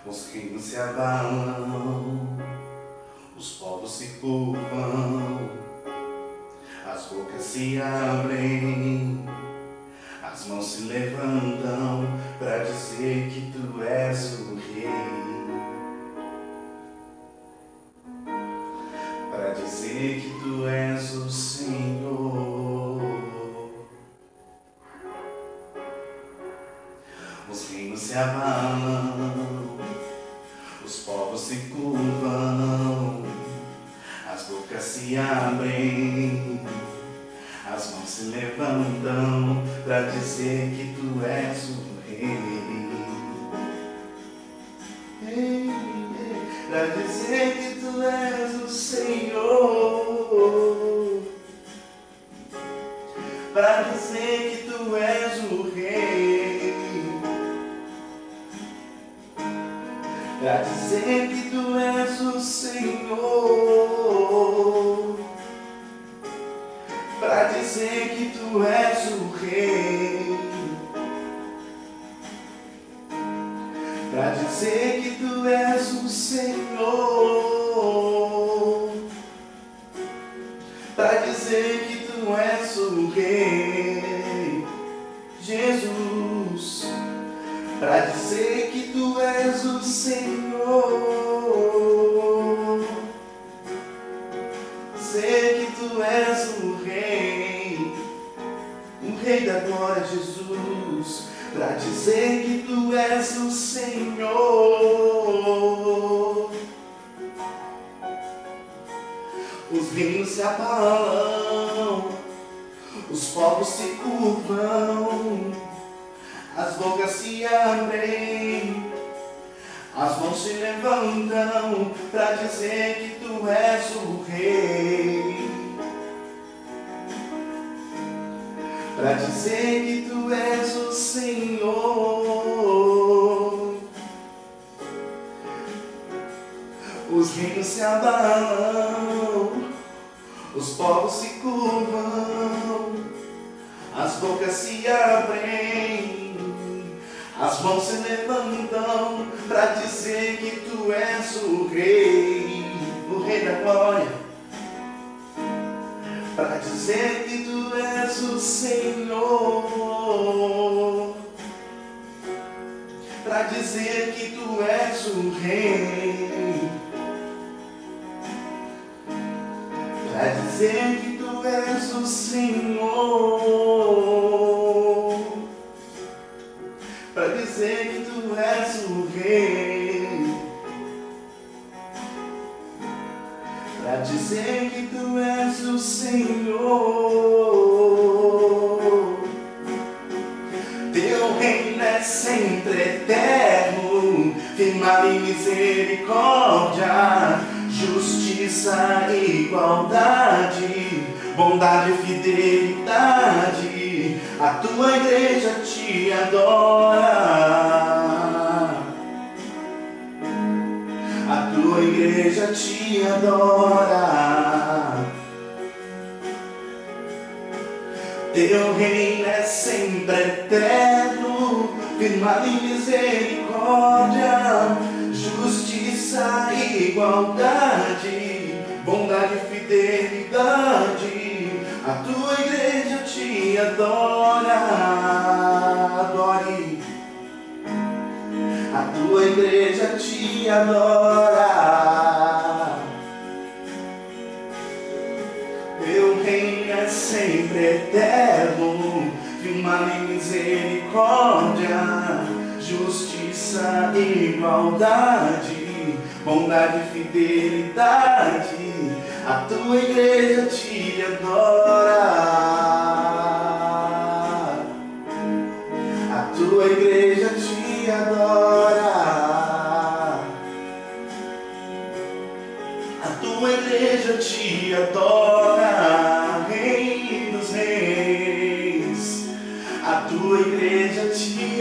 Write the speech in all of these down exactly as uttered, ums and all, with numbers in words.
Os reinos se abalam, os povos se curvam, as bocas se abrem, as mãos se levantam para dizer que tu és o rei, para dizer que tu és o Senhor. Os reinos se abalam, os povos se curvam, as bocas se abrem, as mãos se levantam para dizer que tu és o rei, ei, ei, para dizer que tu és o Senhor, para dizer que tu és o rei, para dizer que tu és o Senhor, para dizer que tu és o rei, para dizer que tu és o Senhor, para dizer que tu és o rei, Jesus, para dizer que tu és o Senhor, sei que tu és o rei, o rei da glória, Jesus, para dizer que tu és o Senhor. Os reinos se abalam, os povos se curvam, as bocas se abrem, as mãos se levantam para dizer que tu és o rei, para dizer que tu és o Senhor. Os reinos se abalam, os povos se curvam, as bocas se abrem, as mãos se levantam para dizer que tu és o rei, o rei da glória, para dizer que tu és o Senhor, para dizer que tu és o rei, para dizer que tu és o Senhor, para dizer que tu és o rei, para dizer que tu és o Senhor. Teu reino é sempre eterno, firmado em misericórdia, justiça e igualdade, bondade e fidelidade. A tua igreja te adora, a tua igreja te adora. Teu reino é sempre eterno, firmado em misericórdia, justiça e igualdade, bondade e fidelidade. A tua igreja te adora, adore. A tua igreja te adora. Teu reino é sempre eterno, firmado em misericórdia, justiça e igualdade, bondade e fidelidade. A tua igreja te adora, a tua igreja te adora, a tua igreja te adora, Rei dos Reis, a tua igreja te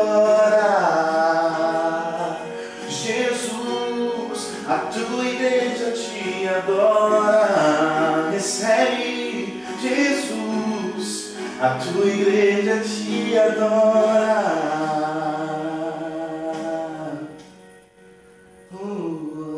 adora, Jesus, a tua igreja te adora, recebe, Jesus, a tua igreja te adora. Uh,